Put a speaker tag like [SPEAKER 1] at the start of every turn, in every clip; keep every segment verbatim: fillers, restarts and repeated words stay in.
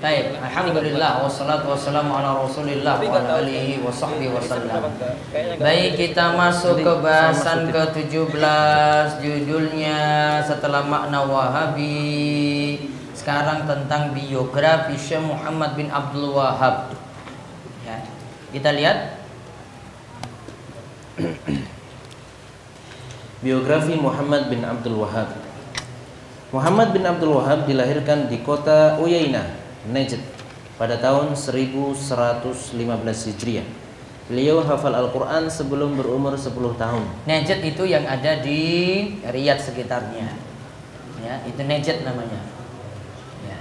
[SPEAKER 1] Baik, alhamdulillah wassalatu wassalamu ala Rasulillah wa ala alihi wa sahbihi wasallam. Baik, kita masuk ke bahasan ke tujuh belas, judulnya setelah makna Wahabi. Sekarang tentang biografi Syekh Muhammad bin Abdul Wahhab. Ya, kita lihat
[SPEAKER 2] biografi Muhammad bin Abdul Wahhab. Muhammad bin Abdul Wahhab dilahirkan di kota Uyainah, Najd pada tahun seribu seratus lima belas Hijriah. Beliau hafal Al-Quran sebelum berumur sepuluh tahun.
[SPEAKER 1] Najd itu yang ada di Riyadh sekitarnya. Ya, itu Najd namanya. Ya.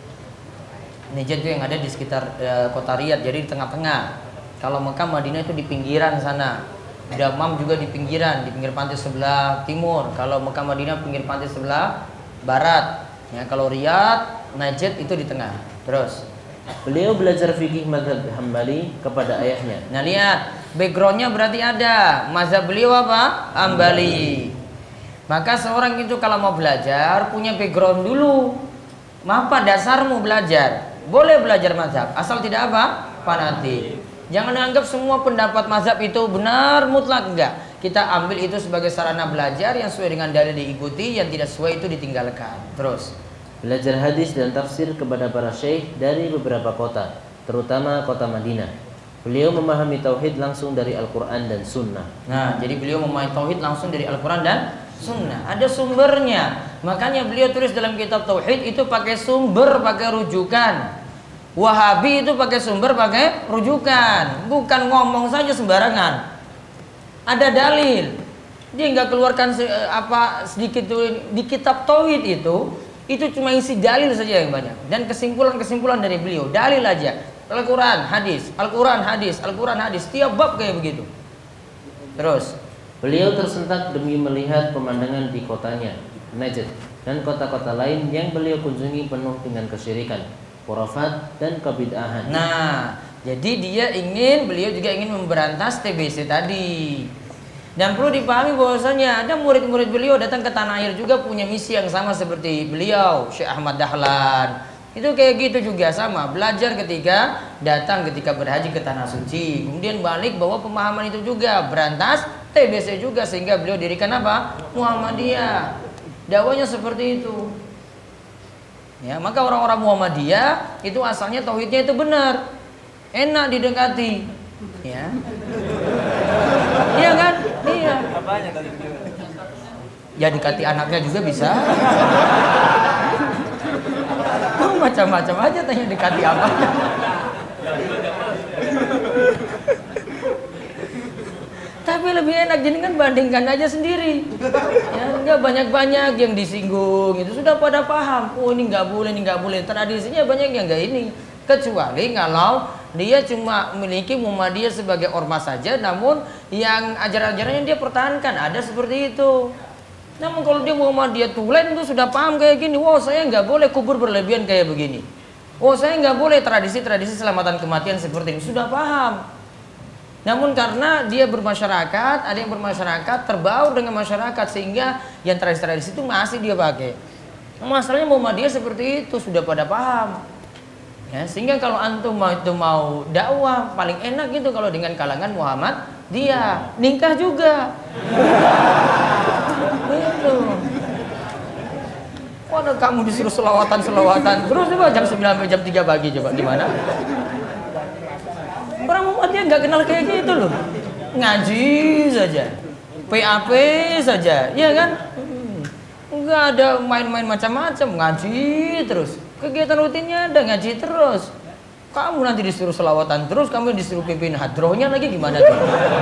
[SPEAKER 1] Najd itu yang ada di sekitar e, kota Riyadh, jadi di tengah-tengah. Kalau Mekah Madinah itu di pinggiran sana. Damam juga di pinggiran, di pinggir pantai sebelah timur. Kalau Mekah Madinah pinggir pantai sebelah barat. Ya, kalau Riyadh, Najd itu di tengah. Terus
[SPEAKER 2] beliau belajar fikih mazhab Hambali kepada ayahnya.
[SPEAKER 1] Nah lihat, backgroundnya berarti ada. Mazhab beliau apa? Hambali. Maka seorang itu kalau mau belajar punya background dulu. Apa dasarmu belajar? Boleh belajar mazhab, asal tidak apa? Fanatik. Jangan anggap semua pendapat mazhab itu benar mutlak, enggak. Kita ambil itu sebagai sarana belajar yang sesuai dengan dalil diikuti, yang tidak sesuai itu ditinggalkan. Terus
[SPEAKER 2] belajar hadis dan tafsir kepada para syekh dari beberapa kota, terutama kota Madinah. Beliau memahami tauhid langsung dari Al-Quran dan Sunnah.
[SPEAKER 1] Nah, jadi beliau memahami tauhid langsung dari Al-Quran dan Sunnah. Ada sumbernya. Makanya beliau tulis dalam kitab tauhid itu pakai sumber, pakai rujukan. Wahabi itu pakai sumber, pakai rujukan. Bukan ngomong saja sembarangan. Ada dalil. Dia nggak keluarkan apa sedikit di kitab tauhid itu. Itu cuma isi dalil saja yang banyak. Dan kesimpulan-kesimpulan dari beliau, dalil aja. Al-Quran, hadis, Al-Quran, hadis, Al-Quran, hadis. Tiap bab kayak begitu. Terus
[SPEAKER 2] beliau tersentak demi melihat pemandangan di kotanya, Najd, dan kota-kota lain yang beliau kunjungi penuh dengan kesyirikan, khurafat, dan kebid'ahan.
[SPEAKER 1] Nah, jadi dia ingin, beliau juga ingin memberantas T B C tadi. Dan perlu dipahami bahwasanya ada murid-murid beliau datang ke tanah air juga punya misi yang sama seperti beliau, Syekh Ahmad Dahlan. Itu kayak gitu juga sama, belajar ketika datang ketika berhaji ke tanah suci. Kemudian balik bawa pemahaman itu juga, berantas T B C juga, sehingga beliau dirikan apa? Muhammadiyah. Dakwanya seperti itu. Ya, maka orang-orang Muhammadiyah itu asalnya tauhidnya itu benar. Enak didekati. Ya. Iya kan? Iya. Ya dekati anaknya juga bisa. Oh, macam-macam aja tanya dekati apa. Tapi lebih enak jadi kan bandingkan aja sendiri. Ya, enggak banyak-banyak yang disinggung itu sudah pada paham. Oh ini nggak boleh, ini nggak boleh. Tradisinya banyak yang nggak ini. Kecuali kalau dia cuma memiliki Muhammadiyah sebagai ormas saja, namun yang ajaran-ajarannya dia pertahankan, ada seperti itu. Namun kalau dia Muhammadiyah tulen itu sudah paham kayak gini, wow saya nggak boleh kubur berlebihan kayak begini, oh saya nggak boleh tradisi-tradisi selamatan kematian seperti ini, sudah paham. Namun karena dia bermasyarakat, ada yang bermasyarakat terbaur dengan masyarakat sehingga yang tradisi-tradisi itu masih dia pakai. Masalahnya Muhammadiyah seperti itu sudah pada paham. Ya, sehingga kalau antum mau itu mau dakwah paling enak gitu kalau dengan kalangan Muhammad dia nikah juga. Itu. Waduh kamu disuruh selawatan-selawatan terus coba jam sembilan sampai jam tiga pagi coba gimana? Orang Muhammadiyah nggak kenal kayak gitu loh. Ngaji saja. P A P saja, iya kan? Nggak ada main-main macam-macam, ngaji terus. Kegiatan rutinnya ada ngaji terus. Kamu nanti disuruh selawatan terus, kamu disuruh pimpin hadrohnya lagi gimana tuh?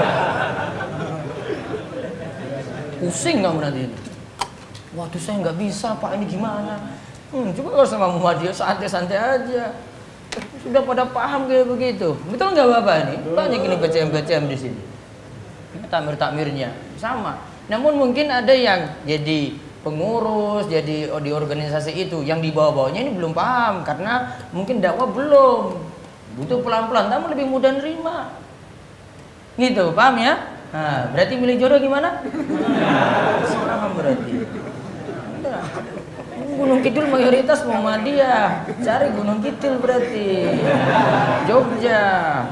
[SPEAKER 1] Pusing kamu nanti. Waduh saya nggak bisa pak, ini gimana? Hmm, coba kalau sama Muhammadiyah santai-santai aja. Sudah pada paham kayak begitu. Betul nggak bapak ini? Banyak ini B C M B C M di sini. Takmir-takmirnya sama. Namun mungkin ada yang jadi pengurus, jadi di organisasi itu yang di bawah-bawahnya ini belum paham karena mungkin dakwah belum, butuh pelan-pelan, namun lebih mudah nerima gitu, paham ya? Nah, berarti milih jodoh gimana? Sama berarti Gunung Kidul mayoritas Muhammadiyah. Cari Gunung Kidul berarti. Jogja.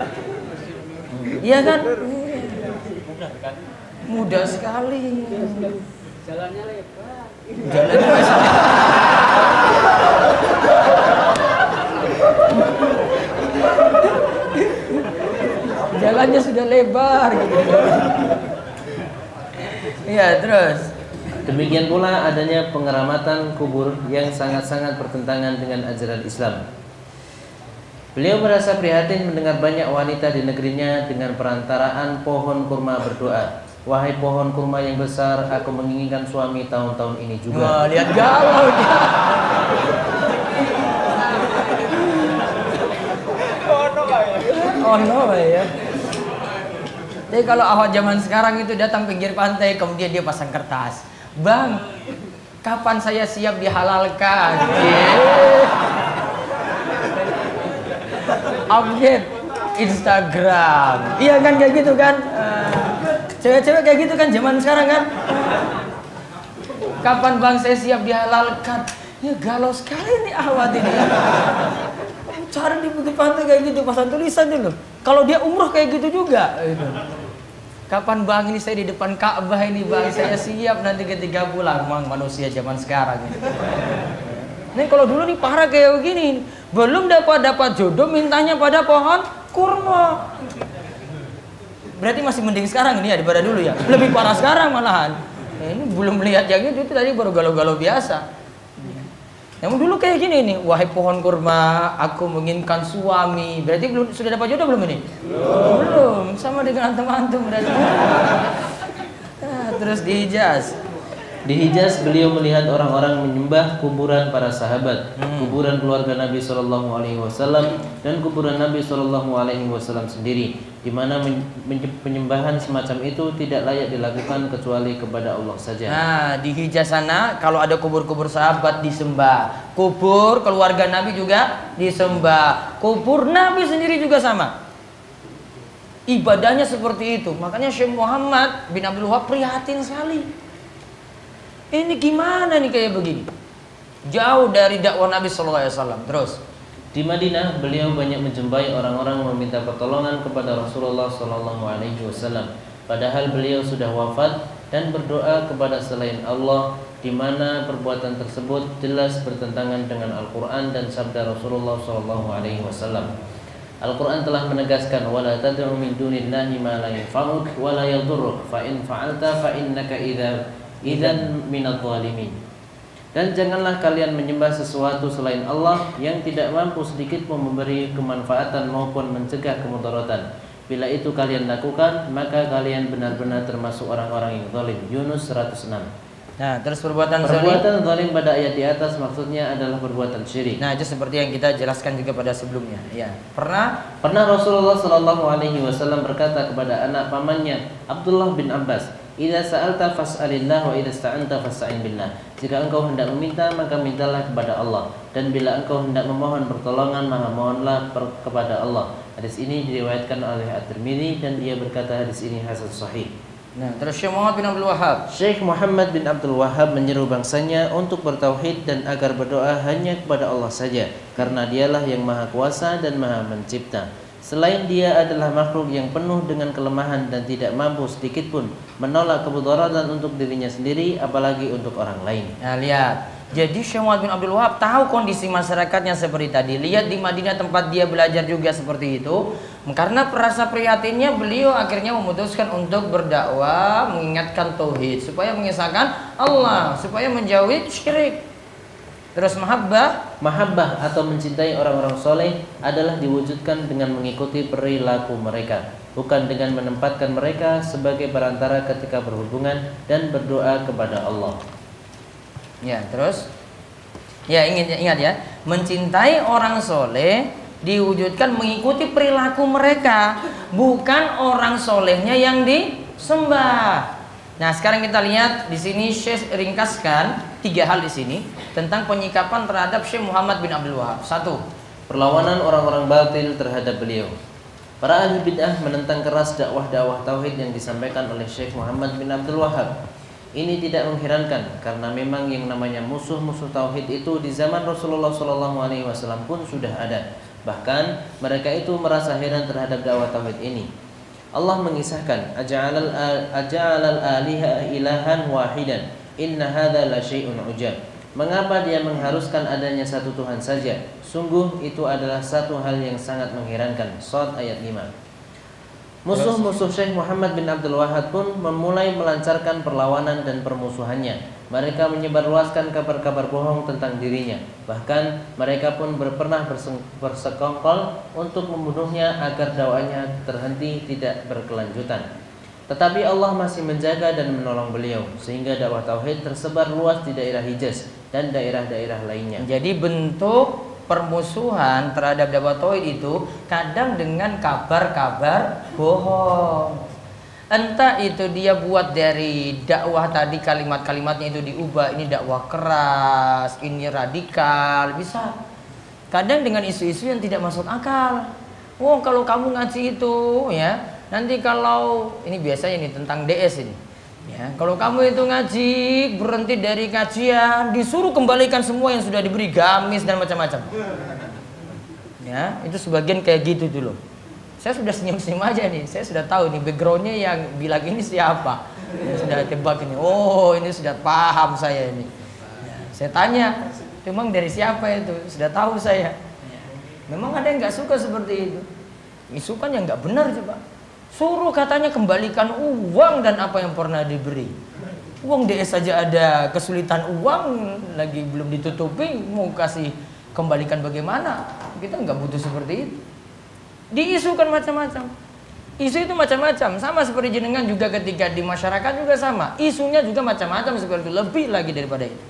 [SPEAKER 1] Iya kan? Mudah sekali.
[SPEAKER 3] Jalannya lebar.
[SPEAKER 1] Jalannya lebar. Jalannya sudah lebar gitu. Iya, terus.
[SPEAKER 2] Demikian pula adanya pengeramatan kubur yang sangat-sangat bertentangan dengan ajaran Islam. Beliau merasa prihatin mendengar banyak wanita di negerinya dengan perantaraan pohon kurma berdoa, "Wahai pohon kurma yang besar, aku menginginkan suami tahun-tahun ini juga."
[SPEAKER 1] Wah, lihat galau dia. Oh no ya. Jadi kalau awal zaman sekarang itu datang pinggir pantai, kemudian dia pasang kertas, "Bang, kapan saya siap dihalalkan?" Update Instagram. Iya kan kayak gitu kan? Cewek-cewek kayak gitu kan zaman sekarang kan? "Kapan bang saya siap dihalalkan?" Ya galau sekali nih awat ini. Cari di pinggir pantai kayak gitu, pasang tulisan dulu. Kalau dia umroh kayak gitu juga. "Kapan bang ini saya di depan Ka'bah ini bang, saya siap nanti ketika pulang." Memang manusia zaman sekarang. Nih kalau dulu nih parah kayak begini, belum dapat dapat jodoh mintanya pada pohon kurma. Berarti masih mending sekarang ini ya daripada dulu ya. Lebih parah sekarang malahan. Nah, ini belum melihat yang itu, itu tadi baru galau-galau biasa. Yang dulu kayak gini nih, "Wahai pohon kurma, aku menginginkan suami." Berarti belum, sudah dapat jodoh belum ini? Belum. Belum. Sama dengan antum-antum berarti. Nah, terus dihijaz.
[SPEAKER 2] Di Hijaz beliau melihat orang-orang menyembah kuburan para sahabat, hmm. kuburan keluarga Nabi shallallahu alaihi wasallam dan kuburan Nabi shallallahu alaihi wasallam sendiri, di mana penyembahan semacam itu tidak layak dilakukan kecuali kepada Allah saja.
[SPEAKER 1] Nah, di Hijaz sana kalau ada kubur-kubur sahabat disembah, kubur keluarga Nabi juga disembah, kubur Nabi sendiri juga sama. Ibadahnya seperti itu. Makanya Syekh Muhammad bin Abdul Wahab prihatin sekali. Ini gimana nih kayak begini? Jauh dari dakwah Nabi shallallahu alaihi wasallam. Terus
[SPEAKER 2] di Madinah beliau banyak menjumpai orang-orang meminta pertolongan kepada Rasulullah shallallahu alaihi wasallam. Padahal beliau sudah wafat dan berdoa kepada selain Allah, di mana perbuatan tersebut jelas bertentangan dengan Al-Quran dan sabda Rasulullah shallallahu alaihi wasallam. Al-Quran telah menegaskan, "Wala tad'u min dunillahi ma la yanfa'uk wa la yadhurruk, fa in fa'alta fa innaka idza idzan minadh dhalimin." Dan janganlah kalian menyembah sesuatu selain Allah yang tidak mampu sedikit pun memberi kemanfaatan maupun mencegah kemudaratan. Bila itu kalian lakukan, maka kalian benar-benar termasuk orang-orang yang zalim. Yunus seratus enam.
[SPEAKER 1] Nah, terus perbuatan
[SPEAKER 2] Perbuatan zalim pada ayat di atas maksudnya adalah perbuatan syirik.
[SPEAKER 1] Nah, itu seperti yang kita jelaskan juga pada sebelumnya. Ya, pernah
[SPEAKER 2] pernah Rasulullah shallallahu alaihi wasallam berkata kepada anak pamannya Abdullah bin Abbas, "Idza sa'alta fas'alillah wa idza sta'anta fasta'in billah." Jika engkau hendak meminta, maka mintalah kepada Allah, dan bila engkau hendak memohon pertolongan, maka mohonlah per- kepada Allah. Hadis ini diriwayatkan oleh At-Tirmidzi dan dia berkata hadis ini hasan sahih.
[SPEAKER 1] Nah, terus Syekh Muhammad bin Abdul Wahab.
[SPEAKER 2] Syekh Muhammad bin Abdul Wahab menyeru bangsanya untuk bertauhid dan agar berdoa hanya kepada Allah saja, karena dialah yang maha kuasa dan maha mencipta. Selain dia adalah makhluk yang penuh dengan kelemahan dan tidak mampu sedikit pun menolak kemudaratan untuk dirinya sendiri, apalagi untuk orang lain.
[SPEAKER 1] Nah, lihat. Jadi Syekh Muhammad bin Abdul Wahab tahu kondisi masyarakatnya seperti tadi. Lihat di Madinah tempat dia belajar juga seperti itu. Karena perasa prihatinnya, beliau akhirnya memutuskan untuk berdakwah, mengingatkan tauhid supaya mengisahkan Allah, supaya menjauhi syirik. Terus mahabbah,
[SPEAKER 2] mahabbah atau mencintai orang-orang soleh adalah diwujudkan dengan mengikuti perilaku mereka, bukan dengan menempatkan mereka sebagai perantara ketika berhubungan dan berdoa kepada Allah.
[SPEAKER 1] Ya, terus ya ingat, ingat ya, mencintai orang soleh diwujudkan mengikuti perilaku mereka, bukan orang solehnya yang disembah. Nah, sekarang kita lihat di sini Syekh ringkaskan tiga hal di sini tentang penyikapan terhadap Syekh Muhammad bin Abdul Wahab. Satu,
[SPEAKER 2] perlawanan orang-orang batil terhadap beliau. Para ahli bid'ah menentang keras dakwah-dakwah tauhid yang disampaikan oleh Syekh Muhammad bin Abdul Wahab. Ini tidak mengherankan karena memang yang namanya musuh-musuh tauhid itu di zaman Rasulullah shallallahu alaihi wasallam pun sudah ada. Bahkan mereka itu merasa heran terhadap dakwah tauhid ini. Allah mengisahkan, aja'alal aja'alal aliha ilahan wahidan inna hadza la syai'un ujab. Mengapa dia mengharuskan adanya satu Tuhan saja? Sungguh itu adalah satu hal yang sangat mengherankan. Shad ayat lima. Musuh-musuh Syekh Muhammad bin Abdul Wahhab pun memulai melancarkan perlawanan dan permusuhannya. Mereka menyebarluaskan kabar-kabar bohong tentang dirinya. Bahkan mereka pun pernah bersekongkol untuk membunuhnya agar dakwahnya terhenti tidak berkelanjutan. Tetapi Allah masih menjaga dan menolong beliau sehingga dakwah tauhid tersebar luas di daerah Hijaz dan daerah-daerah lainnya.
[SPEAKER 1] Jadi bentuk permusuhan terhadap dakwah tauhid itu kadang dengan kabar-kabar bohong. Entah itu dia buat dari dakwah tadi kalimat-kalimatnya itu diubah, ini dakwah keras, ini radikal, bisa. Kadang dengan isu-isu yang tidak masuk akal. Oh, kalau kamu ngaji itu ya, nanti kalau ini biasanya nih tentang D S ini. Ya, kalau kamu itu ngaji berhenti dari kajian, disuruh kembalikan semua yang sudah diberi, gamis dan macam-macam. Ya, itu sebagian kayak gitu dulu. Saya sudah senyum-senyum aja nih, saya sudah tahu nih backgroundnya yang bilang ini siapa. Ya, sudah tebak ini, oh ini sudah paham saya ini. Ya, saya tanya, memang dari siapa itu? Sudah tahu saya. Memang ada yang nggak suka seperti itu. Isu kan yang nggak benar coba. Suruh katanya kembalikan uang dan apa yang pernah diberi. Uang D S saja ada kesulitan uang, lagi belum ditutupi, mau kasih kembalikan bagaimana? Kita nggak butuh seperti itu. Diisukan macam-macam. Isu itu macam-macam, sama seperti jenengan juga ketika di masyarakat juga sama. Isunya juga macam-macam seperti itu, lebih lagi daripada itu.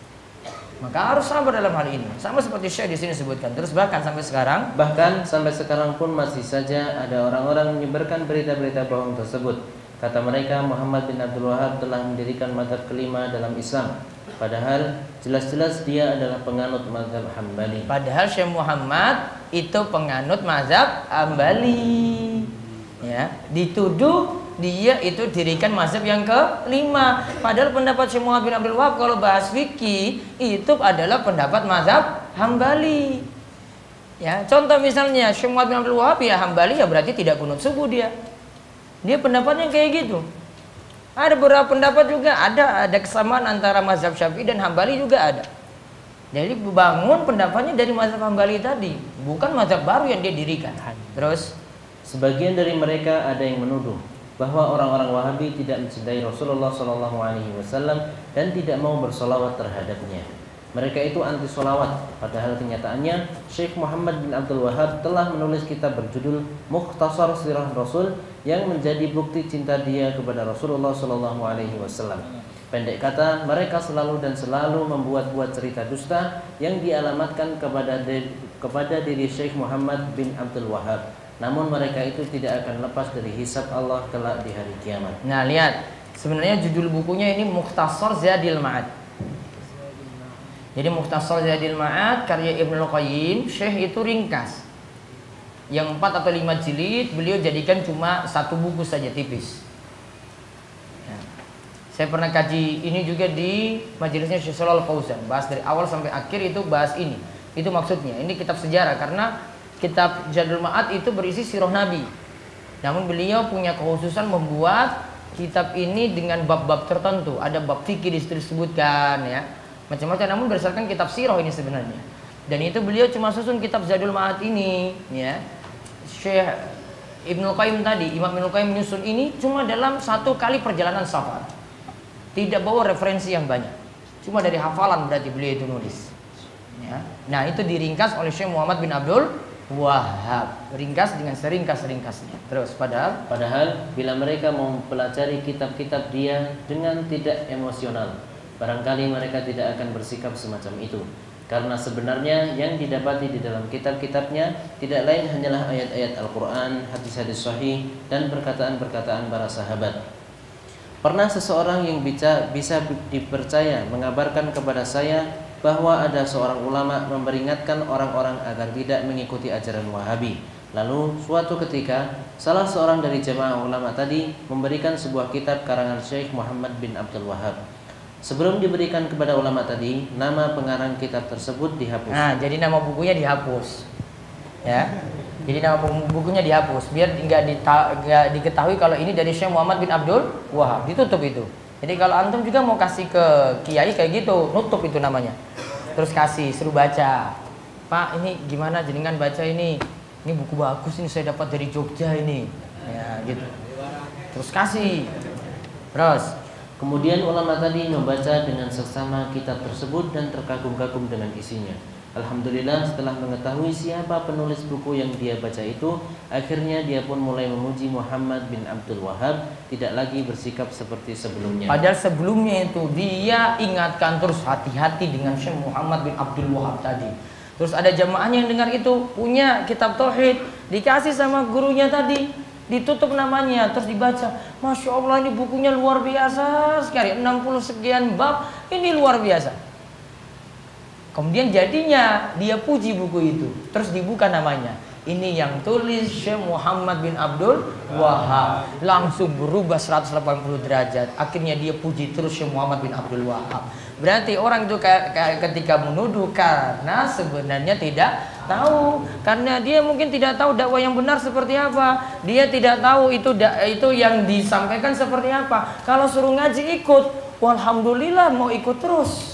[SPEAKER 1] Maka harus sabar dalam hal ini. Sama seperti Syekh di sini sebutkan. Terus bahkan sampai sekarang,
[SPEAKER 2] bahkan sampai sekarang pun masih saja ada orang-orang menyebarkan berita-berita bohong tersebut. Kata mereka Muhammad bin Abdul Wahhab telah mendirikan mazhab kelima dalam Islam. Padahal jelas-jelas dia adalah penganut mazhab Hambali.
[SPEAKER 1] Padahal Syekh Muhammad itu penganut mazhab Hambali. Ya, dituduh dia itu dirikan mazhab yang kelima. Padahal pendapat Syekh Muhammad bin Abdul Wahhab kalau bahas fikih itu adalah pendapat mazhab Hambali. Ya, contoh misalnya Syekh Muhammad bin Abdul Wahhab ya Hambali ya berarti tidak kunut subuh dia. Dia pendapatnya kayak gitu. Ada beberapa pendapat juga ada ada kesamaan antara mazhab Syafi'i dan Hambali juga ada. Jadi bangun pendapatnya dari mazhab Hambali tadi, bukan mazhab baru yang dia dirikan. Terus
[SPEAKER 2] sebagian dari mereka ada yang menuduh bahwa orang-orang Wahabi tidak mencintai Rasulullah shallallahu alaihi wasallam dan tidak mau bersolawat terhadapnya. Mereka itu anti solawat. Padahal kenyataannya Syekh Muhammad bin Abdul Wahhab telah menulis kitab berjudul Mukhtasar Sirah Rasul yang menjadi bukti cinta dia kepada Rasulullah shallallahu alaihi wasallam. Pendek kata, mereka selalu dan selalu membuat-buat cerita dusta yang dialamatkan kepada de, kepada diri Syekh Muhammad bin Abdul Wahhab. Namun mereka itu tidak akan lepas dari hisab Allah kelak di hari kiamat.
[SPEAKER 1] Nah, lihat, sebenarnya judul bukunya ini Mukhtasar Zadil Ma'ad. Jadi Mukhtasar Zadil Ma'ad karya Ibnul Qayyim, Syekh itu ringkas. Yang empat atau lima jilid beliau jadikan cuma satu buku saja tipis. Ya. Saya pernah kaji ini juga di majelisnya Syekh Shalal Fauzan, bahas dari awal sampai akhir itu bahas ini. Itu maksudnya. Ini kitab sejarah karena kitab Zadul Ma'ad itu berisi sirah Nabi. Namun beliau punya kekhususan membuat kitab ini dengan bab-bab tertentu. Ada bab fikih disebutkan ya. Macam-macam, namun berdasarkan kitab sirah ini sebenarnya. Dan itu beliau cuma susun kitab Zadul Ma'ad ini ya. Syekh Ibnul Qayyim tadi, Imam Ibnul Qayyim menyusun ini cuma dalam satu kali perjalanan safar. Tidak bawa referensi yang banyak. Cuma dari hafalan berarti beliau itu nulis. Ya. Nah, itu diringkas oleh Syekh Muhammad bin Abdul Wahhab. Ringkas dengan seringkas-ringkasnya. Terus padahal
[SPEAKER 2] padahal bila mereka mau mempelajari kitab-kitab dia dengan tidak emosional, barangkali mereka tidak akan bersikap semacam itu. Karena sebenarnya yang didapati di dalam kitab-kitabnya tidak lain hanyalah ayat-ayat Al-Quran, hadis-hadis sahih, dan perkataan-perkataan para sahabat. Pernah seseorang yang bisa, bisa dipercaya mengabarkan kepada saya bahwa ada seorang ulama memperingatkan orang-orang agar tidak mengikuti ajaran Wahabi. Lalu suatu ketika salah seorang dari jemaah ulama tadi memberikan sebuah kitab karangan Syekh Muhammad bin Abdul Wahab. Sebelum diberikan kepada ulama tadi, nama pengarang kitab tersebut dihapus.
[SPEAKER 1] Nah, jadi nama bukunya dihapus. Ya. Jadi nama bukunya dihapus biar nggak diketahui kalau ini dari Syekh Muhammad bin Abdul Wahab, ditutup itu. Jadi kalau antum juga mau kasih ke kiai kayak gitu, nutup itu namanya. Terus kasih, suruh baca. Pak, ini gimana jenengan baca ini? Ini buku bagus ini saya dapat dari Jogja ini. Ya, gitu. Terus kasih. Terus
[SPEAKER 2] kemudian ulama tadi membaca dengan seksama kitab tersebut dan terkagum-kagum dengan isinya. Alhamdulillah, setelah mengetahui siapa penulis buku yang dia baca itu, akhirnya dia pun mulai memuji Muhammad bin Abdul Wahab, tidak lagi bersikap seperti sebelumnya.
[SPEAKER 1] Padahal sebelumnya itu dia ingatkan terus hati-hati dengan Syekh Muhammad bin Abdul Wahab tadi. Terus ada jamaahnya yang dengar itu punya kitab tauhid, dikasih sama gurunya tadi, ditutup namanya, terus dibaca. Masya Allah, ini bukunya luar biasa sekali, enam puluh sekian bab, ini luar biasa. Kemudian jadinya dia puji buku itu, terus dibuka namanya. Ini yang tulis Syekh Muhammad bin Abdul Wahab. Langsung berubah seratus delapan puluh derajat. Akhirnya dia puji terus Syekh Muhammad bin Abdul Wahab. Berarti orang itu ketika menuduh karena sebenarnya tidak tahu, karena dia mungkin tidak tahu dakwah yang benar seperti apa. Dia tidak tahu itu itu yang disampaikan seperti apa. Kalau suruh ngaji ikut, walhamdulillah mau ikut terus.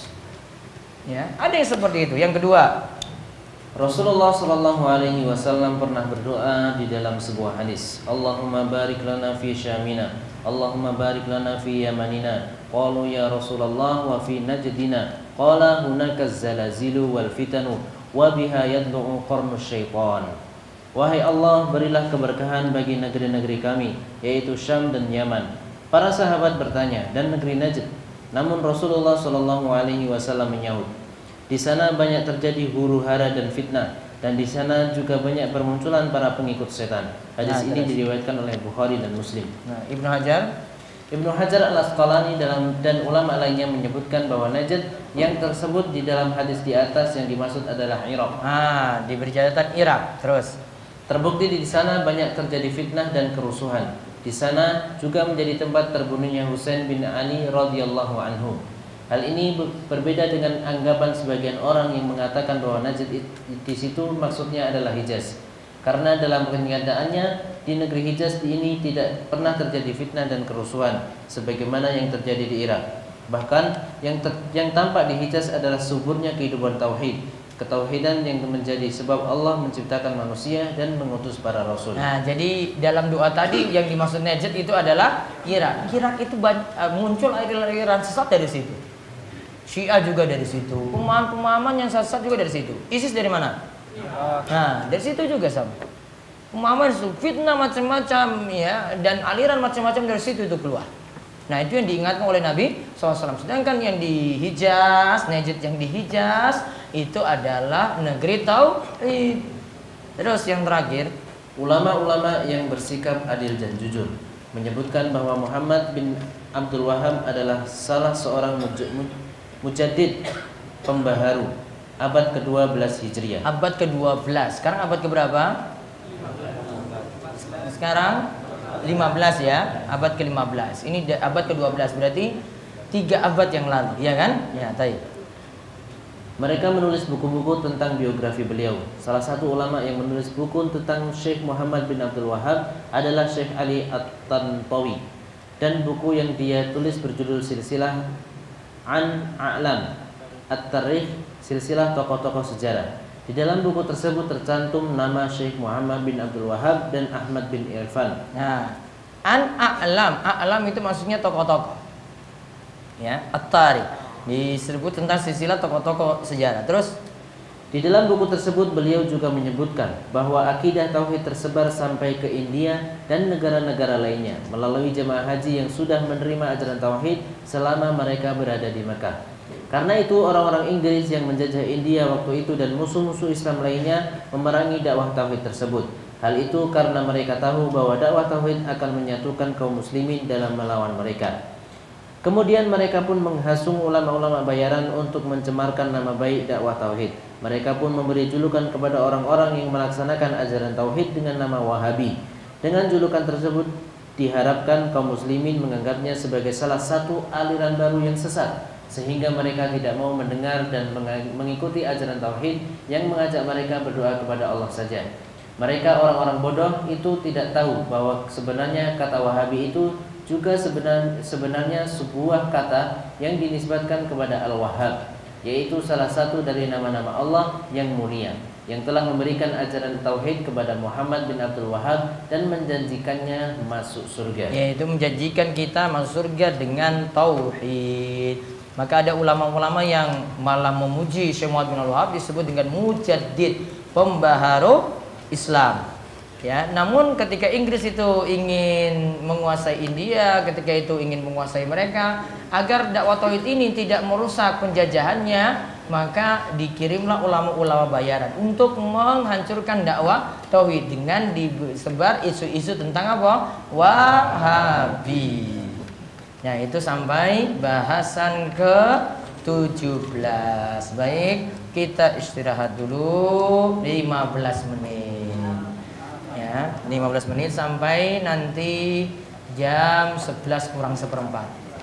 [SPEAKER 1] Ya, ada yang seperti itu. Yang kedua,
[SPEAKER 2] Rasulullah Shallallahu Alaihi Wasallam pernah berdoa di dalam sebuah hadis. Allahumma barik lana fi syamina, Allahumma barik lana fi yamanina. Qalu ya Rasulullah wa fi najdina. Qala hunaka zalazilu wal fitanu wa biha yadlu'u qarnu syaitan. Wahai Allah, berilah keberkahan bagi negeri-negeri kami, yaitu Syam dan Yaman. Para sahabat bertanya, dan negeri Najd. Namun Rasulullah Shallallahu Alaihi Wasallam menyahut, di sana banyak terjadi huru-hara dan fitnah, dan di sana juga banyak bermunculan para pengikut setan. Hadis nah, ini diriwayatkan oleh Bukhari dan Muslim.
[SPEAKER 1] Nah, Ibnu Hajar,
[SPEAKER 2] Ibnu Hajar Al-Asqalani dalam dan ulama lainnya menyebutkan bahwa Najd yang tersebut di dalam hadis di atas yang dimaksud adalah Irak.
[SPEAKER 1] Ah, diberi catatan Irak. Terus
[SPEAKER 2] terbukti di sana banyak terjadi fitnah dan kerusuhan. Di sana juga menjadi tempat terbunuhnya Husain bin Ali radhiyallahu anhu. Hal ini berbeda dengan anggapan sebagian orang yang mengatakan bahwa Najd di situ maksudnya adalah Hijaz. Karena dalam kenyataannya di negeri Hijaz ini tidak pernah terjadi fitnah dan kerusuhan sebagaimana yang terjadi di Irak. Bahkan yang ter- yang tampak di Hijaz adalah suburnya kehidupan tauhid. Ketauhidan yang menjadi sebab Allah menciptakan manusia dan mengutus para rasul.
[SPEAKER 1] Nah, jadi dalam doa tadi yang dimaksud Najd itu adalah Irak. Irak itu muncul aliran sesat dari situ. Syiah juga dari situ. Pemahaman-pemahaman yang sesat juga dari situ. ISIS dari mana? Nah, dari situ juga sama. Pemahaman itu fitnah macam-macam ya, dan aliran macam-macam dari situ itu keluar. Nah, itu yang diingatkan oleh Nabi shallallahu alaihi wasallam. Sedangkan yang di Hijaz, Najd yang di Hijaz itu adalah negeri tauhid. Terus yang terakhir,
[SPEAKER 2] ulama-ulama yang bersikap adil dan jujur menyebutkan bahwa Muhammad bin Abdul Wahab adalah salah seorang mujaddid pembaharu abad kedua belas Hijriah.
[SPEAKER 1] Abad kedua belas. Sekarang abad keberapa? Sekarang lima belas ya, abad ke lima belas. Ini abad ke dua belas, berarti tiga abad yang lalu, ya kan? Ya, taib.
[SPEAKER 2] Mereka menulis buku-buku tentang biografi beliau. Salah satu ulama yang menulis buku tentang Syekh Muhammad bin Abdul Wahab adalah Syekh Ali At-Tantawi. Dan buku yang dia tulis berjudul Silsilah An A'lam At-Tarikh, silsilah tokoh-tokoh sejarah. Di dalam buku tersebut tercantum nama Syekh Muhammad bin Abdul Wahab dan Ahmad bin Irfan.
[SPEAKER 1] Nah, An A'lam, A'lam itu maksudnya tokoh-tokoh. Ya, At-Tarikh disebut tentang silsilah tokoh-tokoh sejarah. Terus
[SPEAKER 2] di dalam buku tersebut beliau juga menyebutkan bahwa akidah tauhid tersebar sampai ke India dan negara-negara lainnya melalui jemaah haji yang sudah menerima ajaran tauhid selama mereka berada di Mekah. Karena itu orang-orang Inggris yang menjajah India waktu itu dan musuh-musuh Islam lainnya memerangi dakwah tauhid tersebut. Hal itu karena mereka tahu bahwa dakwah tauhid akan menyatukan kaum muslimin dalam melawan mereka. Kemudian mereka pun menghasung ulama-ulama bayaran untuk mencemarkan nama baik dakwah tauhid. Mereka pun memberi julukan kepada orang-orang yang melaksanakan ajaran tauhid dengan nama Wahabi. Dengan julukan tersebut diharapkan kaum muslimin menganggapnya sebagai salah satu aliran baru yang sesat, sehingga mereka tidak mau mendengar dan mengikuti ajaran tauhid yang mengajak mereka berdoa kepada Allah saja. Mereka orang-orang bodoh itu tidak tahu bahwa sebenarnya kata Wahabi itu juga sebenar, sebenarnya sebuah kata yang dinisbatkan kepada Al-Wahhab, yaitu salah satu dari nama-nama Allah yang mulia, yang telah memberikan ajaran tauhid kepada Muhammad bin Abdul Wahhab dan menjanjikannya masuk surga.
[SPEAKER 1] Yaitu menjanjikan kita masuk surga dengan tauhid. Maka ada ulama-ulama yang malah memuji Syekh Muhammad bin Abdul Wahhab disebut dengan mujaddid, pembaharu Islam. Ya, namun ketika Inggris itu ingin menguasai India, ketika itu ingin menguasai mereka, agar dakwah tauhid ini tidak merusak penjajahannya, maka dikirimlah ulama-ulama bayaran untuk menghancurkan dakwah tauhid dengan disebar isu-isu tentang apa? Wahabi. Nah, itu sampai bahasan ke tujuh belas. Baik, kita istirahat dulu lima belas menit. Ya, lima belas menit sampai nanti jam sebelas kurang seperempat.